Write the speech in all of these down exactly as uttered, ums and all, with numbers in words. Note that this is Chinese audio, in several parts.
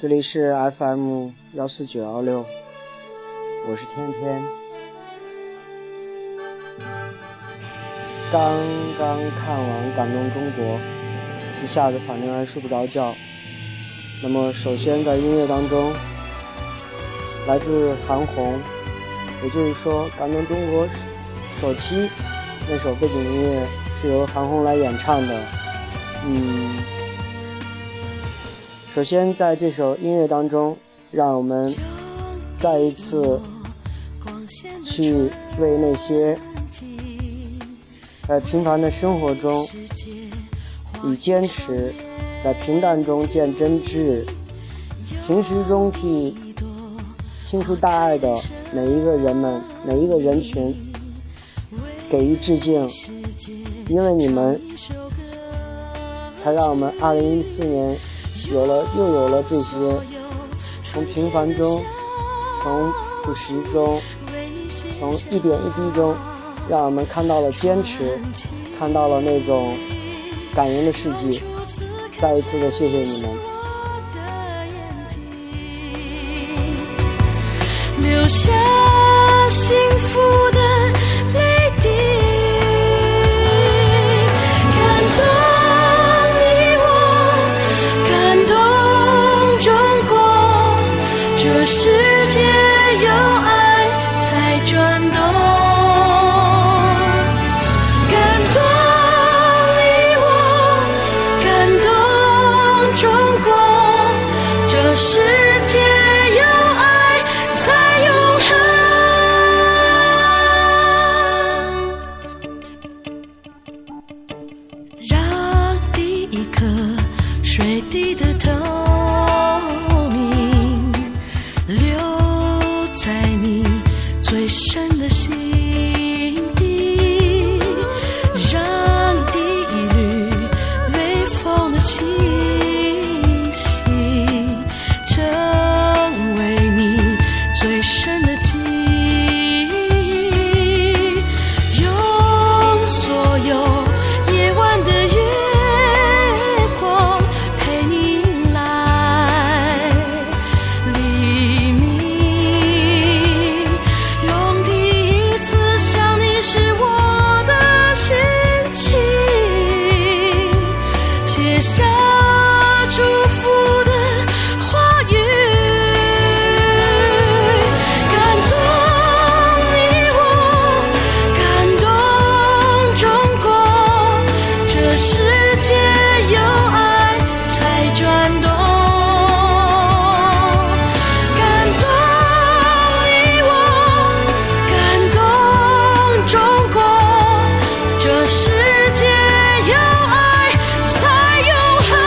这里是 F M 一四九一六，我是天天。刚刚看完《感动中国》，一下子反正还睡不着觉。那么首先在音乐当中，来自韩红，也就是说《感动中国》首期那首背景音乐是由韩红来演唱的。嗯，首先在这首音乐当中，让我们再一次去为那些在平凡的生活中以坚持，在平淡中见真挚，平时中去倾出大爱的每一个人们，每一个人群给予致敬。因为你们才让我们二零一四年有了又有了这些从平凡中，从朴实中，从一点一滴中，让我们看到了坚持，看到了那种感人的事迹。再一次的谢谢你们。 留下幸福的泪滴，感动你我，感动中国，这世界有爱才转动，感动你我，感动中国，这世界有爱才永恒，让第一颗水滴的透明留在你最深的心底，让第一缕微风的气息成为你最深的记忆，用所有夜晚的月光陪你来黎明，用第一次想你是我的心情写下祝福的话语，感动你我，感动中国，这世界有爱才转动，感动你我，感动中国，这世界有爱才永恒。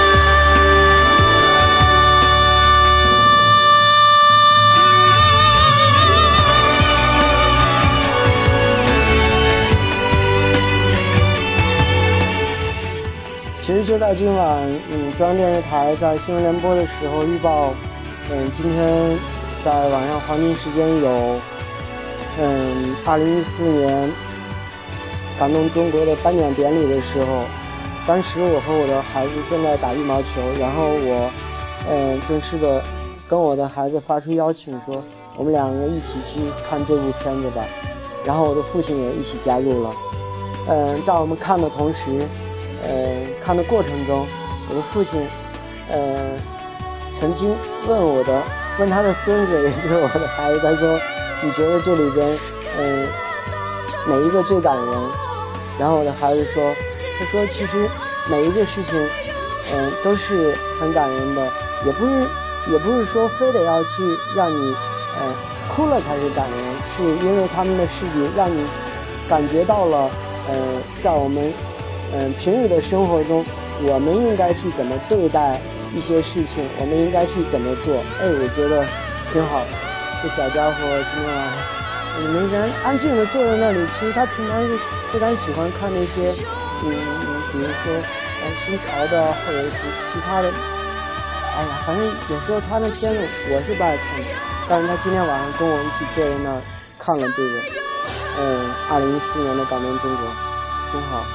其实就在今晚，嗯，中央电视台在新闻联播的时候预报，嗯，今天在晚上黄金时间有，嗯，二零一四年感动中国的颁奖典礼的时候，当时我和我的孩子正在打羽毛球，然后我，嗯，正式的跟我的孩子发出邀请说，我们两个一起去看这部片子吧，然后我的父亲也一起加入了，嗯，在我们看的同时。呃，看的过程中，我的父亲，呃，曾经问我的，问他的孙子，也就是我的孩子，他说，你觉得这里边，嗯、呃，哪一个最感人？然后我的孩子说，他说其实每一个事情，嗯、呃，都是很感人的，也不是，也不是说非得要去让你，呃，哭了才是感人，是因为他们的事迹让你感觉到了，呃，在我们。嗯，平日的生活中，我们应该去怎么对待一些事情，我们应该去怎么做？哎，我觉得挺好的。这小家伙今天晚上，你们人安静的坐在那里，其实他平常是非常喜欢看那些，嗯，比如说，呃，新潮的或者是其他的。哎呀，反正有时候他的片子我是不爱看的，但是他今天晚上跟我一起坐在那儿看了这个，嗯，二零一四年的感动中国，挺好。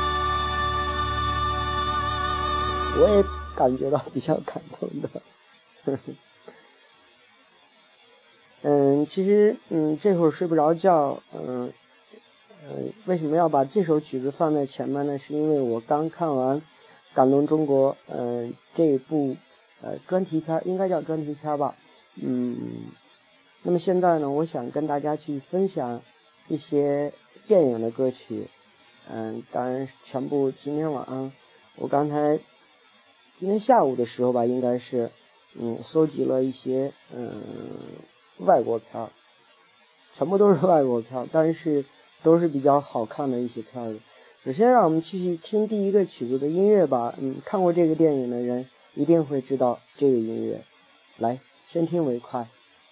我也感觉到比较感动的。 嗯，其实嗯这会儿睡不着觉，嗯呃为什么要把这首曲子放在前面呢？是因为我刚看完《感动中国》嗯、呃、这部呃专题片，应该叫专题片吧。嗯，那么现在呢，我想跟大家去分享一些电影的歌曲。嗯，当然全部今天晚上我刚才今天下午的时候吧，应该是嗯搜集了一些嗯外国片，全部都是外国片，但是都是比较好看的一些片子。首先让我们继续听第一个曲子的音乐吧。嗯，看过这个电影的人一定会知道这个音乐。来，先听为快。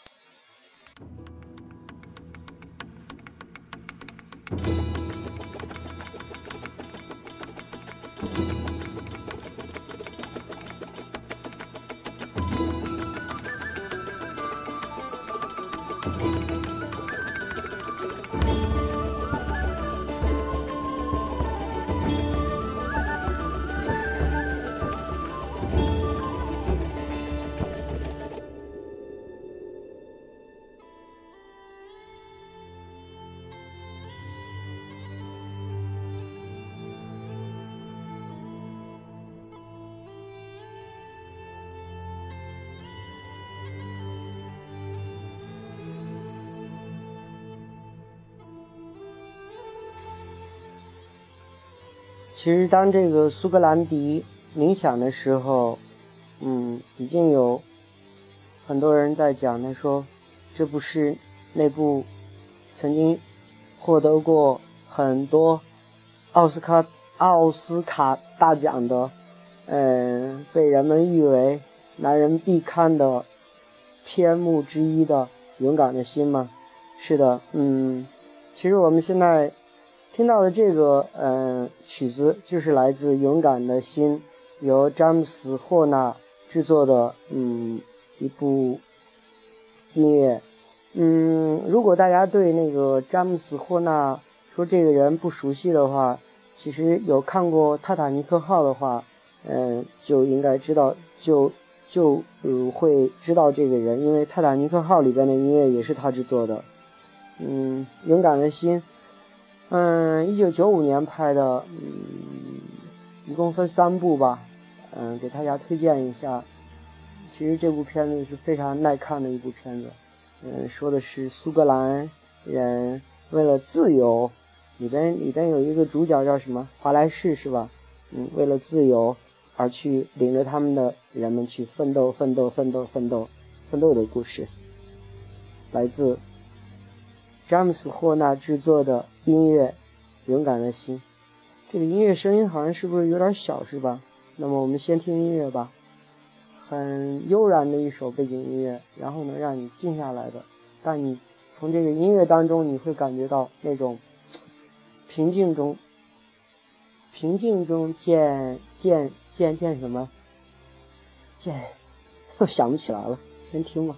其实当这个苏格兰笛鸣响的时候，嗯，已经有很多人在讲，他说这不是那部曾经获得过很多奥斯卡奥斯卡大奖的，嗯，被人们誉为男人必看的片目之一的勇敢的心吗？是的，嗯，其实我们现在听到的这个呃曲子就是来自《勇敢的心》，由詹姆斯·霍纳制作的嗯一部音乐。嗯，如果大家对那个詹姆斯·霍纳说这个人不熟悉的话，其实有看过《泰坦尼克号》的话，嗯、呃，就应该知道，就就呃会知道这个人，因为《泰坦尼克号》里边的音乐也是他制作的。嗯，勇敢的心。嗯，一九九五年拍的，嗯，一共分三部吧，嗯，给大家推荐一下。其实这部片子是非常耐看的一部片子，嗯，说的是苏格兰人为了自由，里边里边有一个主角叫什么华莱士是吧？嗯，为了自由而去领着他们的人们去奋斗奋斗奋斗奋斗奋斗的故事，来自詹姆斯·霍纳制作的音乐《勇敢的心》。这个音乐声音好像是不是有点小是吧？那么我们先听音乐吧，很悠然的一首背景音乐，然后能让你静下来的，但你从这个音乐当中你会感觉到那种平静中平静中见见见见什么见又想不起来了，先听吧。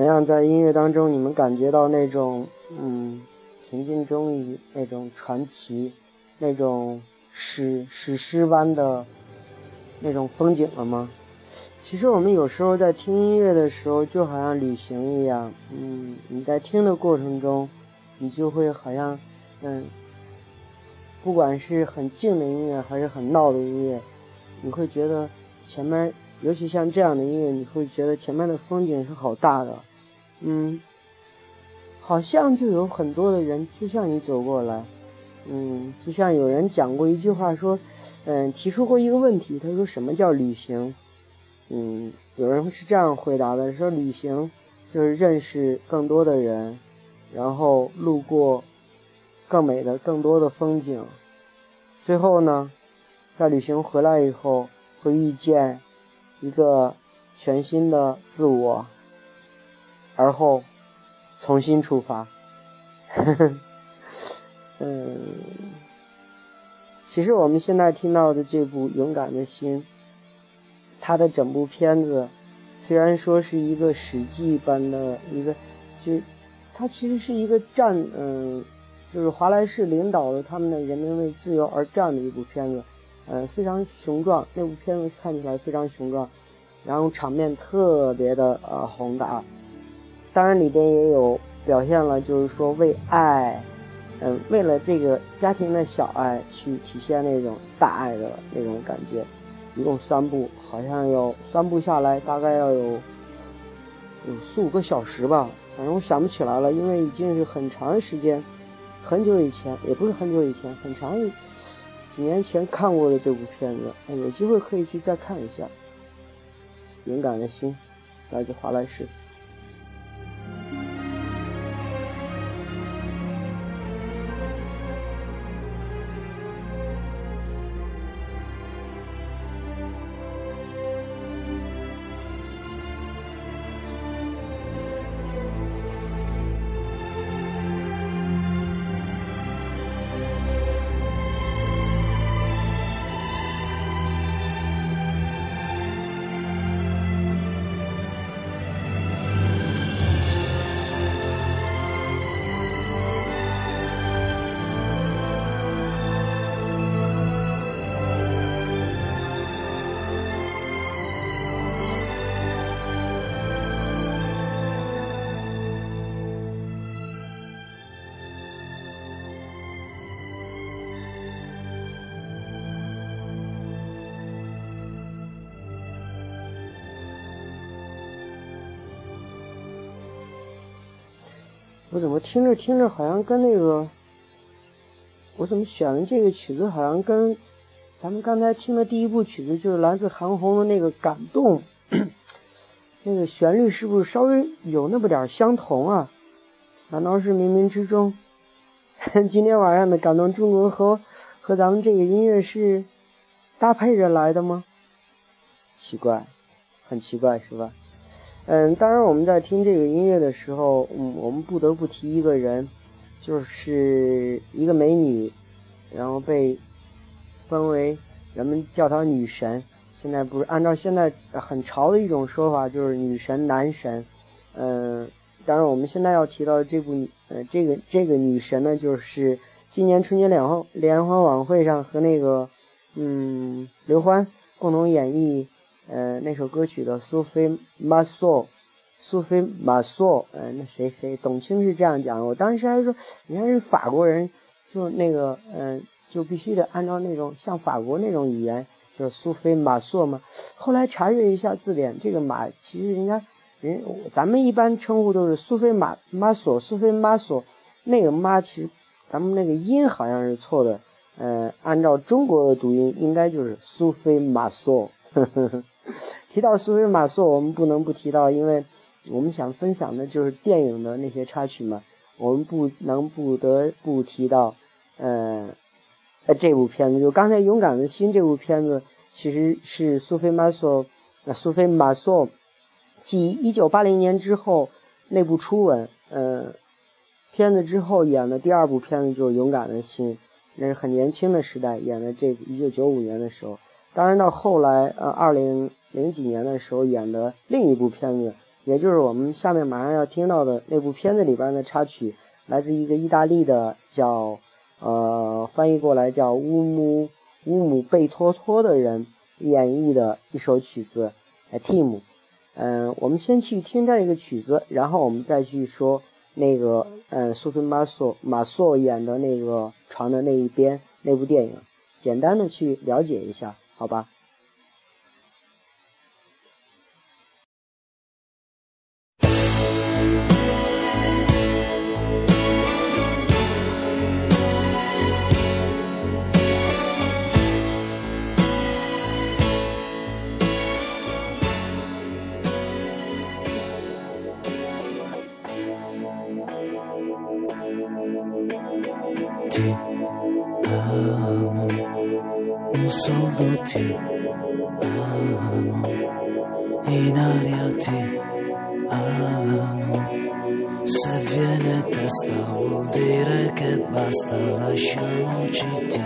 样在音乐当中你们感觉到那种嗯平静中以那种传奇，那种史史诗般的那种风景了吗？其实我们有时候在听音乐的时候就好像旅行一样，嗯，你在听的过程中你就会好像嗯，不管是很静的音乐还是很闹的音乐，你会觉得前面，尤其像这样的音乐，你会觉得前面的风景是好大的，嗯，好像就有很多的人就像你走过来，嗯，就像有人讲过一句话说，嗯，提出过一个问题，他说什么叫旅行？嗯，有人是这样回答的，说旅行就是认识更多的人，然后路过更美的更多的风景，最后呢，在旅行回来以后会遇见一个全新的自我，而后重新出发。嗯，其实我们现在听到的这部《勇敢的心》，它的整部片子虽然说是一个史记般的一个，就它其实是一个战，嗯，就是华莱士领导了他们的人民为自由而战的一部片子，呃，非常雄壮，那部片子看起来非常雄壮，然后场面特别的呃宏大，当然里边也有表现了就是说为爱，嗯、呃，为了这个家庭的小爱去体现那种大爱的那种感觉。一共三部，好像有三部下来大概要有有四五个小时吧，反正我想不起来了，因为已经是很长时间，很久以前，也不是很久以前，很长几年前看过的这部片子，哎，有机会可以去再看一下。勇敢的心，来自华莱士。我怎么听着听着好像跟那个，我怎么选的这个曲子好像跟咱们刚才听的第一部曲子就是来自韩红的那个感动，那个旋律是不是稍微有那么点相同啊？难道是冥冥之中今天晚上的感动中国和和咱们这个音乐是搭配着来的吗？奇怪，很奇怪是吧？嗯，当然我们在听这个音乐的时候，嗯，我们不得不提一个人，就是一个美女，然后被分为人们叫她女神，现在不是按照现在很潮的一种说法，就是女神男神。嗯，当然我们现在要提到这部呃这个这个女神呢，就是今年春节联欢联欢晚会上和那个嗯刘欢共同演绎呃那首歌曲的苏菲玛索，苏菲玛索，呃那谁谁董卿是这样讲的，我当时还说人家是法国人，就那个嗯、呃、就必须得按照那种像法国那种语言，就是苏菲玛索嘛。后来查阅一下字典，这个马其实人家人咱们一般称呼都是苏菲玛玛索，苏菲玛索，那个妈其实咱们那个音好像是错的，呃按照中国的读音应该就是苏菲玛索。提到苏菲玛索，我们不能不提到，因为我们想分享的就是电影的那些插曲嘛，我们不能不得不提到呃这部片子，就刚才勇敢的心这部片子其实是苏菲玛索呃苏菲玛索继一九八零年之后那部初吻呃片子之后演的第二部片子就是勇敢的心，那是很年轻的时代演的，这一九九五年的时候。当然到后来呃二零零几年的时候演的另一部片子也就是我们下面马上要听到的那部片子里边的插曲，来自一个意大利的叫呃翻译过来叫乌姆乌姆贝托托的人演绎的一首曲子，呃 Team。嗯、呃，我们先去听这个曲子，然后我们再去说那个呃苏菲马索马索演的那个床的那一边那部电影，简单的去了解一下，好吧？ Ti amo, un solo ti amo, in aria ti amo, se viene testa vuol dire che basta, lasciamoci ti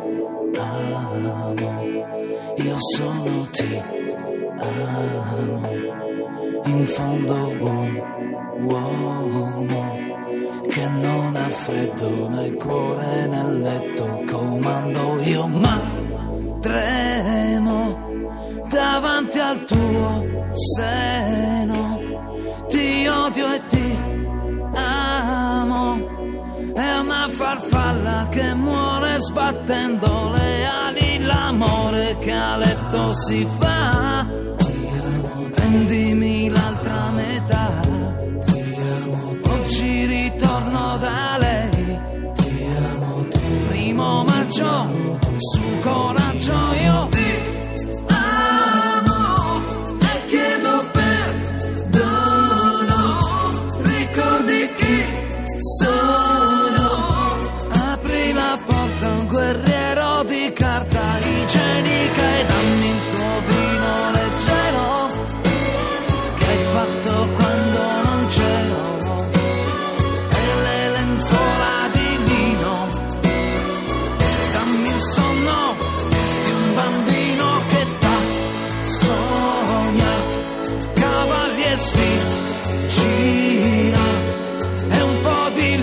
amo, io solo ti amo, in fondo buon uomo che non ha freddo nel cuore nel letto, comando io ma tremo davanti al tuo seno, ti odio e ti amo, è una farfalla che muore sbattendo le ali, l'amore che a letto si fa, prendimi l'altra metà, oggi ritorno da lei, primo maggio, su coraggio io ti amo e chiedo perdono, ricordi chi sono, apri la porta a un guerriero di carta igienica e dammi il tuo vino leggero che hai fatto quando non c'ero, e le lenzuola di lino, dammi il sonno di un bambino che t'ha sogna, cavalli e si gira e un po' di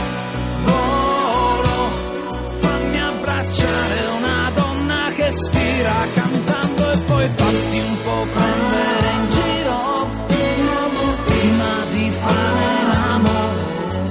lavoro, fammi abbracciare una donna che stira cantando e poi fatti un po' prendere in giro prima di fare l'amore,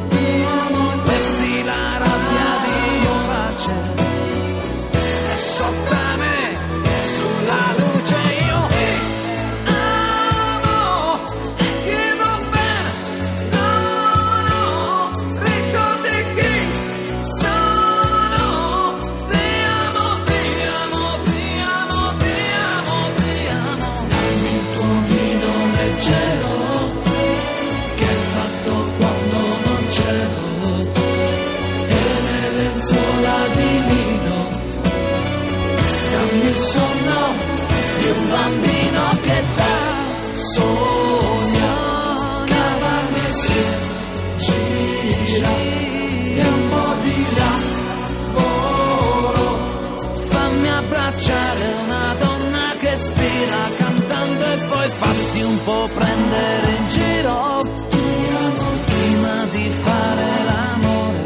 vesti la rabbia di pace e sopra me sulla luce io ti amo e chiedo perdono, ricordi chi sono, ti amo, ti amo, ti amo, ti amo, ti amo, dammi il tuo vino leggero che hai fatto quando non c'ero, e le lenzuola di lino, dammi il sonno di un bambino che t'ha sogna, cavalli e si gira e un po' di lavoro, fammi abbracciare una donna che stira cantando e poi fatti un po' prendere in giro prima di fare l'amore,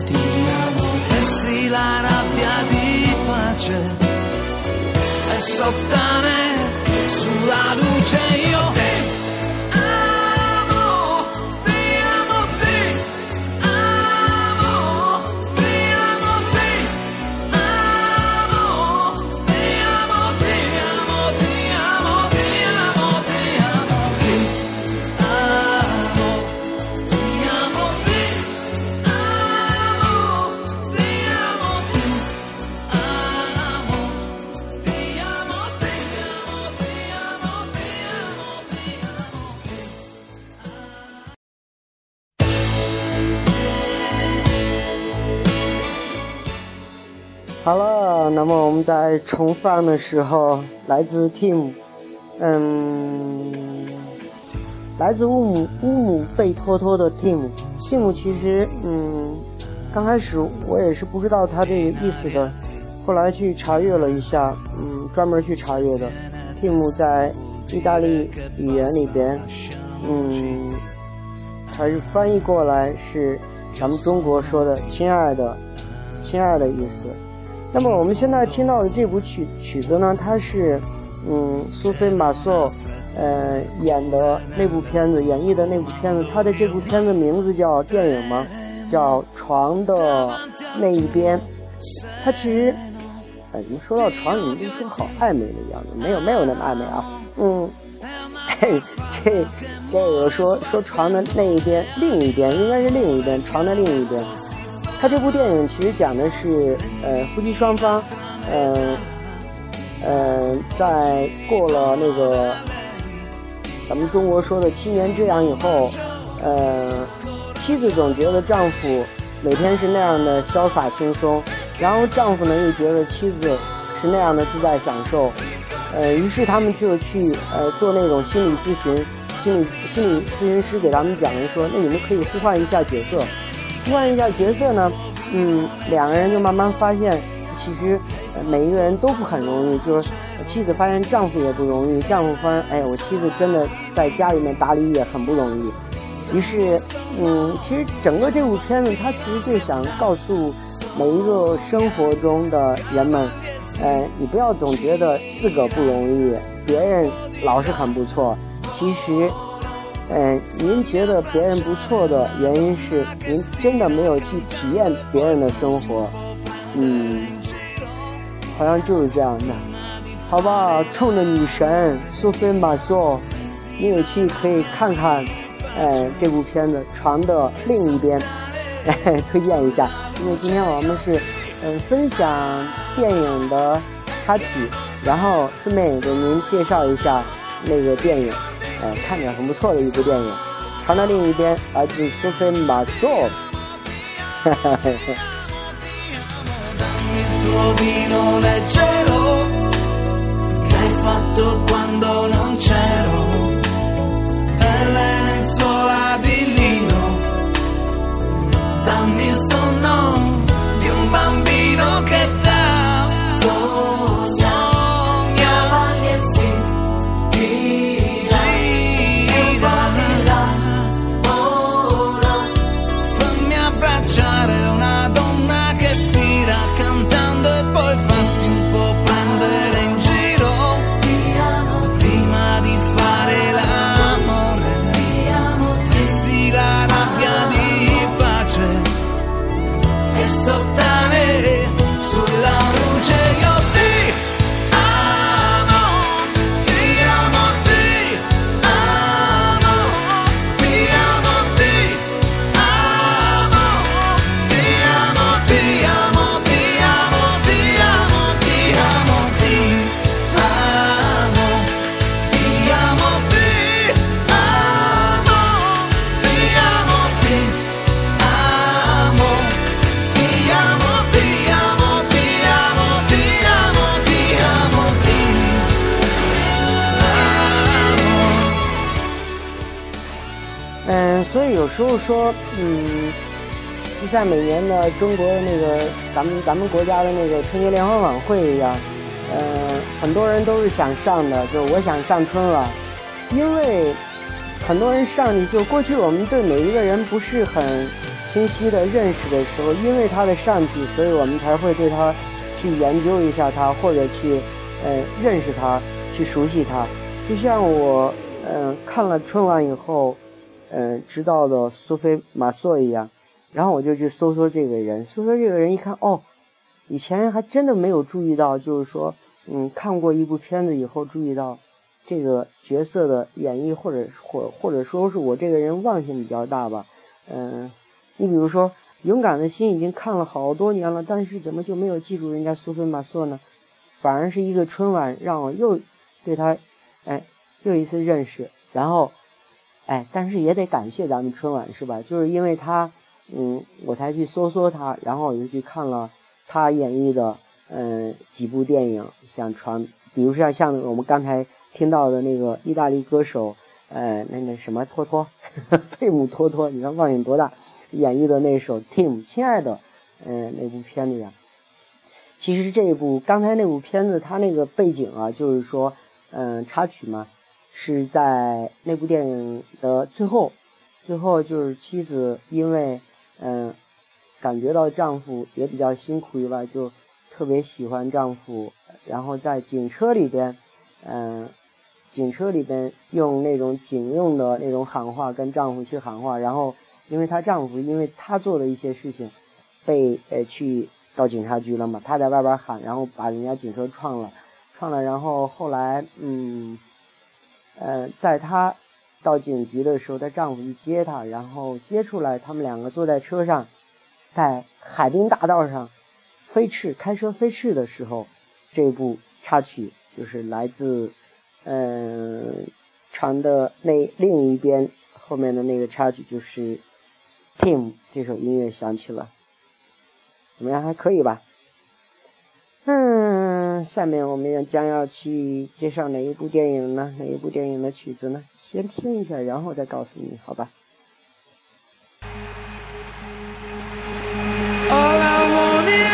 vesti la rabbia di pace e sottane sulla luce io ti amo, ti amo, ti amo, ti amo, ti amo, ti amo, ti amo, ti amo, ti amo, ti amo, ti amo, ti amo, ti amo, ti amo, ti amo, ti amo, ti 好了，那么我们在重放的时候，来自 Team， 嗯，来自乌姆乌姆贝托托的 Team，Team 其实，嗯，刚开始我也是不知道他这个意思的，后来去查阅了一下，嗯，专门去查阅的 Team 在意大利语言里边嗯，它是翻译过来是咱们中国说的亲爱的亲爱的意思。那么我们现在听到的这部曲曲子呢，它是嗯苏菲玛索呃演的那部片子，演绎的那部片子，它的这部片子名字叫电影吗？叫床的那一边。它其实呃你说到床，你就说好暧昧的样子，没有没有那么暧昧啊。嗯，嘿，这这个说说床的那一边，另一边应该是另一边，床的另一边。他这部电影其实讲的是，呃，夫妻双方，呃，呃，在过了那个咱们中国说的七年之痒以后，呃，妻子总觉得丈夫每天是那样的潇洒轻松，然后丈夫呢又觉得妻子是那样的自在享受，呃，于是他们就去呃做那种心理咨询，心理心理咨询师给他们讲的说，那你们可以互换一下角色。互换一下角色呢，嗯，两个人就慢慢发现，其实、呃、每一个人都不很容易。就是妻子发现丈夫也不容易，丈夫发现，哎，我妻子真的在家里面打理也很不容易。于是，嗯，其实整个这部片子，它其实就想告诉每一个生活中的人们，呃，你不要总觉得自个不容易，别人老是很不错，其实。嗯，您觉得别人不错的原因是您真的没有去体验别人的生活，嗯，好像就是这样的，好吧？冲着女神苏菲玛索，你有去可以看看，哎，这部片子《床的另一边》，哎，推荐一下，因为今天我们是嗯分享电影的插曲，然后顺便也给您介绍一下那个电影。呃，看着很不错的一部电影，《床的另一边》来自苏菲玛索。所以有时候说，嗯，就像每年的中国的那个咱们咱们国家的那个春节联欢晚会一样，呃，很多人都是想上的，就是我想上春晚，因为很多人上去，就过去我们对每一个人不是很清晰的认识的时候，因为他的上去，所以我们才会对他去研究一下他，或者去呃认识他，去熟悉他。就像我嗯、呃、看了春晚以后。嗯，知道的苏菲玛索一样，然后我就去搜索这个人，搜索这个人一看，哦，以前还真的没有注意到，就是说，嗯，看过一部片子以后注意到这个角色的演绎，或者或或者说是我这个人忘性比较大吧，嗯，你比如说《勇敢的心》已经看了好多年了，但是怎么就没有记住人家苏菲玛索呢？反而是一个春晚让我又对他，哎，又一次认识，然后。哎，但是也得感谢咱们春晚是吧？就是因为他，嗯，我才去搜索他，然后我就去看了他演绎的，嗯、呃，几部电影，像传，比如像像我们刚才听到的那个意大利歌手，呃，那那什么托托，贝姆托托，你看忘性多大，演绎的那首《Tim》，亲爱的，嗯、呃，那部片子呀。其实这一部刚才那部片子，它那个背景啊，就是说，嗯、呃，插曲嘛。 是在那部电影的最后，最后就是妻子因为嗯、呃、感觉到丈夫也比较辛苦以外，就特别喜欢丈夫，然后在警车里边，嗯、呃，警车里边用那种警用的那种喊话跟丈夫去喊话，然后因为她丈夫因为她做的一些事情被呃去到警察局了嘛，她在外边喊，然后把人家警车撞了，撞了，然后后来嗯呃在她到警局的时候，她丈夫去接她，然后接出来，他们两个坐在车上，在海滨大道上飞驰，开车飞驰的时候，这部插曲就是来自嗯、呃、船的那另一边后面的那个插曲，就是 Team 这首音乐响起了，怎么样，还可以吧？嗯，下面我们将要去介绍哪一部电影呢？哪一部电影的曲子呢？先听一下，然后再告诉你，好吧 All I wanted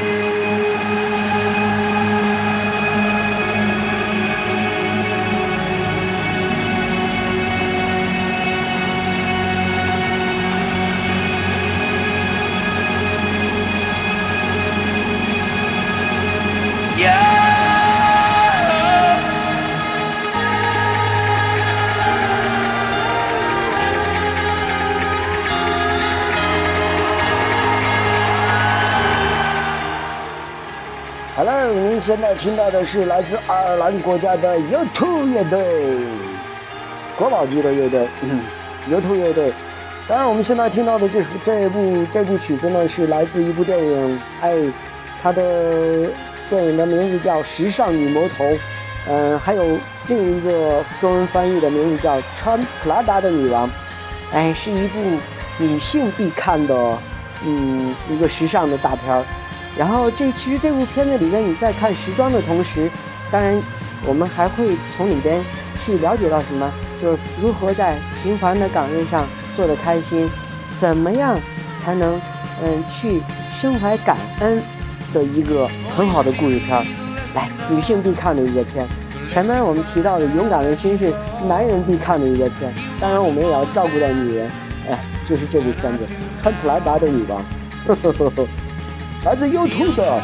Hello， 您现在听到的是来自爱尔兰国家的 U 二 乐队，国宝级的乐队，嗯 U 二 乐队。当然，我们现在听到的这首这部这部曲子呢，是来自一部电影，哎，它的电影的名字叫《时尚女魔头》，嗯、呃，还有另一个中文翻译的名字叫《穿普拉达的女王》，哎，是一部女性必看的，嗯，一个时尚的大片儿。然后这其实这部片子里面，你在看时装的同时，当然我们还会从里边去了解到什么，就是如何在平凡的岗位上做得开心，怎么样才能嗯去身怀感恩的一个很好的故事片。来，女性必看的一个片。前面我们提到的勇敢的心是男人必看的一个片，当然我们也要照顾到女人，哎，就是这部片子《穿普拉达的女王》呵呵呵呵，来自 U 二 的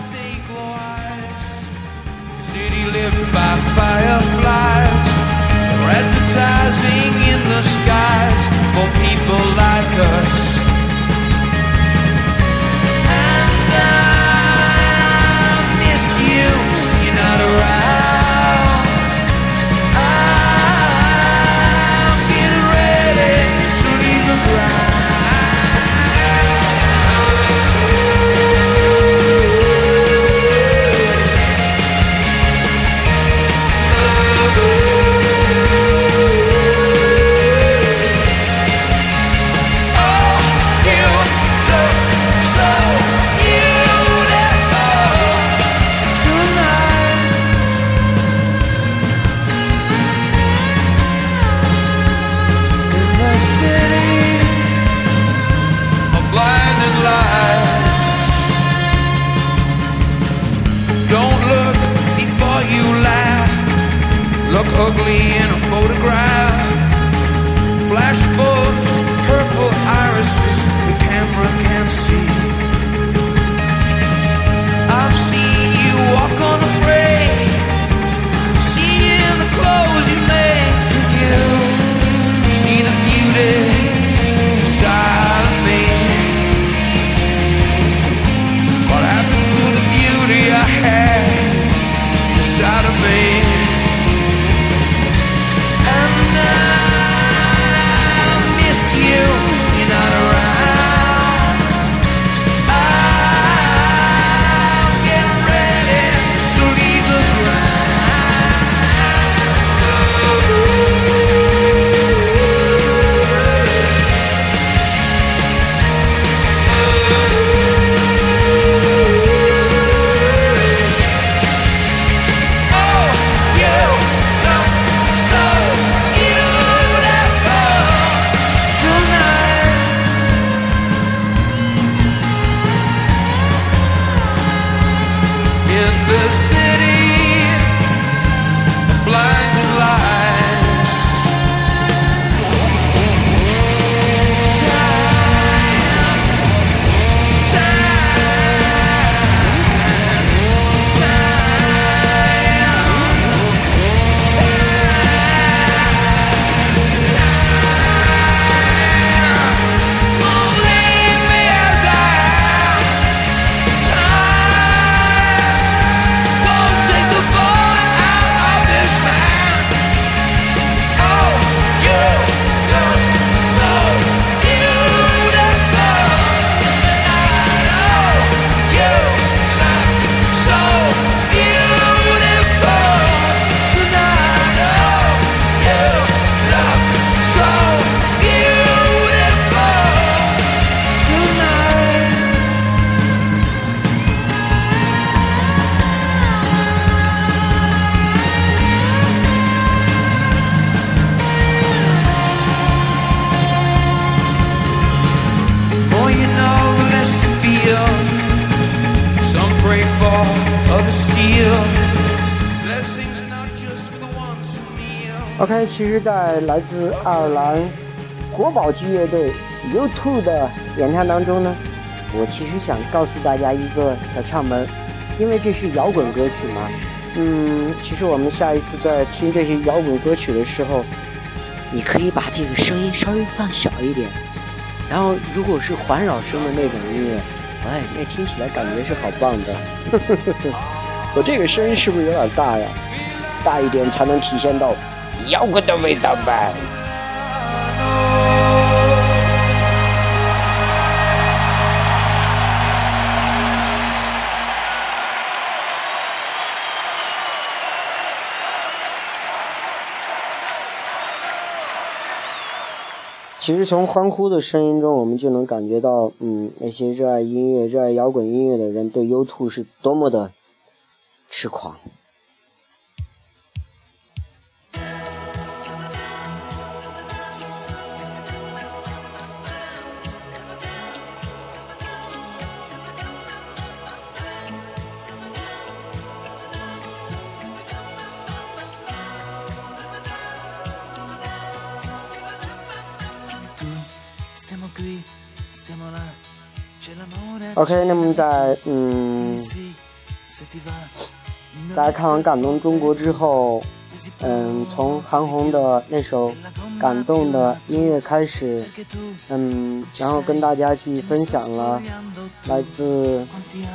City lit by fireflies, we're advertising in the skies for people like us. And I miss you, you're not around. I'm getting ready to leave the ground. Look ugly in a photograph. Flashbulbs, purple irises, the camera can't see. I've seen you walk unafraid, seen you in the clothes you make. Can you see the beauty inside of me? What happened to the beauty I had inside of me? And I miss you, you're not around. I'm getting ready to leave the in the city of blinding lights. Blessings not just for the ones who kneel. OK， 其实在来自爱尔兰国宝级乐队 U 二 的演唱当中呢，我其实想告诉大家一个小窍门，因为这是摇滚歌曲嘛。嗯，其实我们下一次在听这些摇滚歌曲的时候，你可以把这个声音稍微放小一点，然后如果是环绕声的那种音乐，哎，那听起来感觉是好棒的。我这个声音是不是有点大呀？大一点才能体现到摇滚的味道吧。其实从欢呼的声音中，我们就能感觉到，嗯，那些热爱音乐、热爱摇滚音乐的人对 U 二 是多么的痴狂。OK， 那么在嗯，在看完《感动中国》之后，嗯，从韩红的那首《感动》的音乐开始，嗯，然后跟大家去分享了来自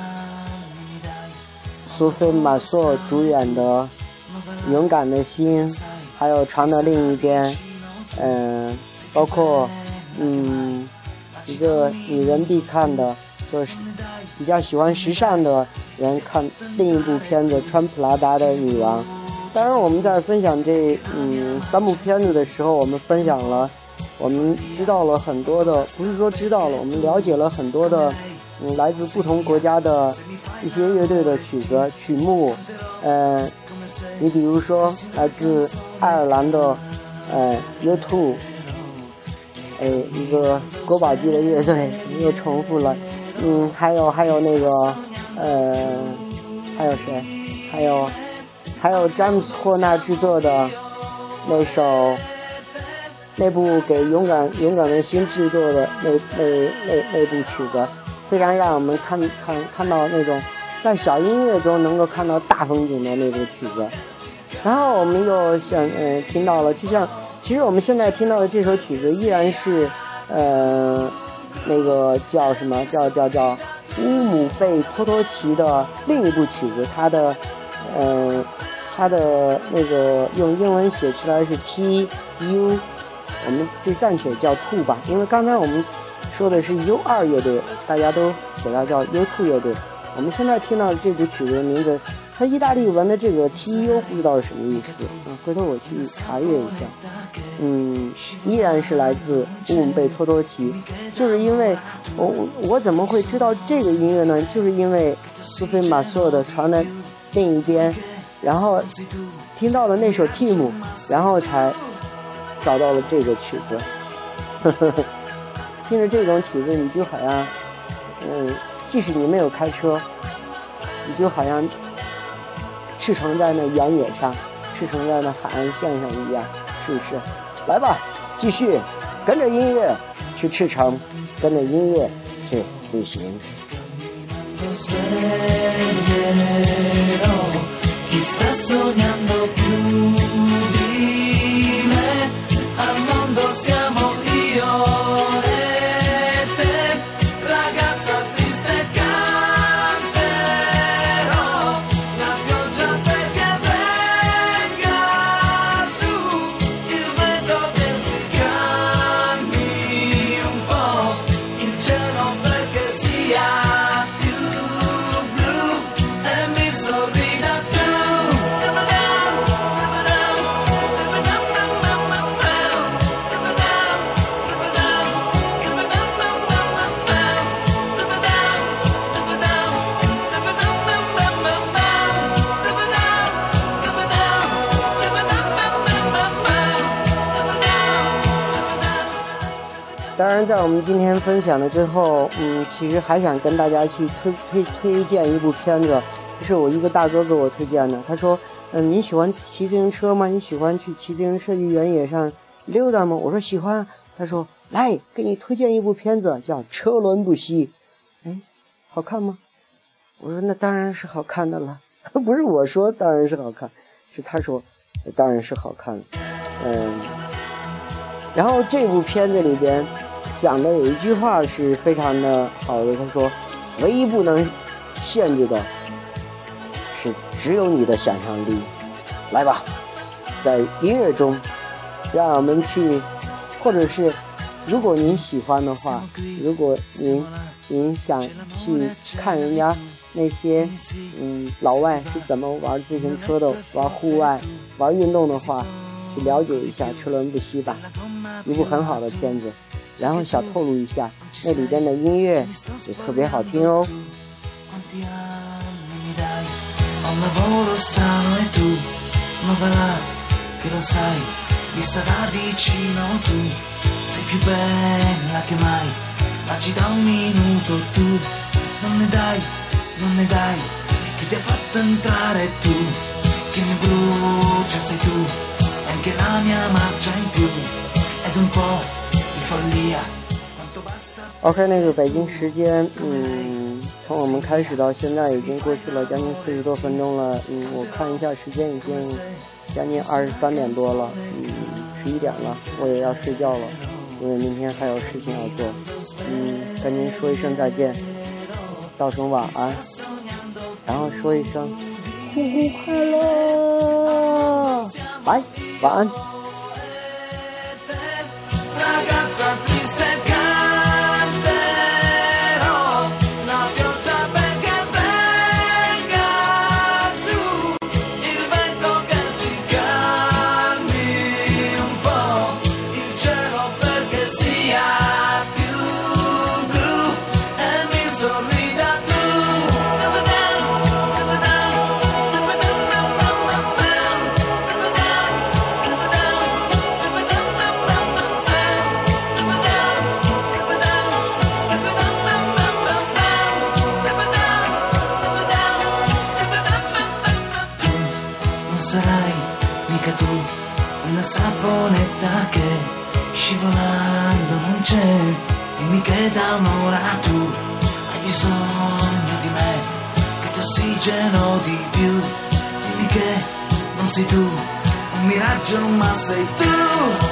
苏菲玛索主演的《勇敢的心》，还有《床的另一边》，嗯，包括嗯一个女人必看的。就是比较喜欢时尚的人看另一部片子《穿普拉达的女王》。当然我们在分享这嗯三部片子的时候，我们分享了，我们知道了很多的，不是说知道了，我们了解了很多的嗯来自不同国家的一些乐队的曲子曲目。呃你比如说来自爱尔兰的呃 U 二，哎，一个国宝级的乐队，又重复了。嗯，还有还有那个，呃，还有谁？还有还有詹姆斯霍纳制作的那首，那部给勇敢勇敢的心制作的那那那那部曲子，非常让我们看看看到那种在小音乐中能够看到大风景的那部曲子。然后我们又想呃听到了，就像其实我们现在听到的这首曲子依然是呃。那个叫什么叫叫叫乌姆贝托托奇的另一部曲子，它的呃它的那个用英文写出来是 T U， 我们就暂且叫 two 吧，因为刚才我们说的是 U 二 乐队，大家都给它叫 U 二 乐队。我们现在听到的这部曲子的名字，它意大利文的这个 T U 不知道是什么意思，嗯，回头我去查阅一下。嗯，依然是来自乌姆贝托托奇，就是因为我我怎么会知道这个音乐呢？就是因为苏菲玛索的《床的另一边》，然后听到了那首 Team， 然后才找到了这个曲子。呵呵呵，听着这种曲子，你就好像，嗯，即使你没有开车，你就好像驰骋在那原野上，驰骋在那海岸线上一样，是不是？来吧，继续跟着音乐去驰骋，跟着音乐去旅行。当然在我们今天分享的最后，嗯，其实还想跟大家去推推推荐一部片子， 这是我一个大哥给我推荐的，他说嗯，你喜欢骑自行车吗？你喜欢去骑自行车去原野上溜达吗？我说喜欢。他说来给你推荐一部片子叫《车轮不息》。哎，好看吗？我说那当然是好看的了。不是我说当然是好看，是他说当然是好看。嗯，然后这部片子里边讲的有一句话是非常的好的，他说唯一不能限制的是只有你的想象力。来吧，在音乐中让我们去，或者是如果您喜欢的话，如果您您想去看人家那些嗯老外是怎么玩自行车的，玩户外玩运动的话，去了解一下《车轮不息》吧，一部很好的片子。然后小透露一下，那里边的音乐也特别好听哦。 Ho un lavoro strano e tu ma va là che lo sai, vista da vicino tu sei più bella che mai, ma ci da un minuto tu non ne dai, non ne dai, chi ti ha fatto entrare tu, chi mi brucia sei tu, e anche la mia marcia in più ed un po' di follia quanto basta. OK， 那个北京时间嗯从我们开始到现在已经过去了将近四十多分钟了，嗯，我看一下时间已经将近二十三点多了，嗯，十一点了，我也要睡觉了，因为明天还有事情要做，嗯，跟您说一声再见，道声晚安，然后说一声呼呼快乐，拜，晚安。 Sarai mica tu una saponetta che scivolando non c'è, dimmi che da un'ora tu hai bisogno di me, che ti ossigeno di più, dimmi che non sei tu un miraggio ma sei tu.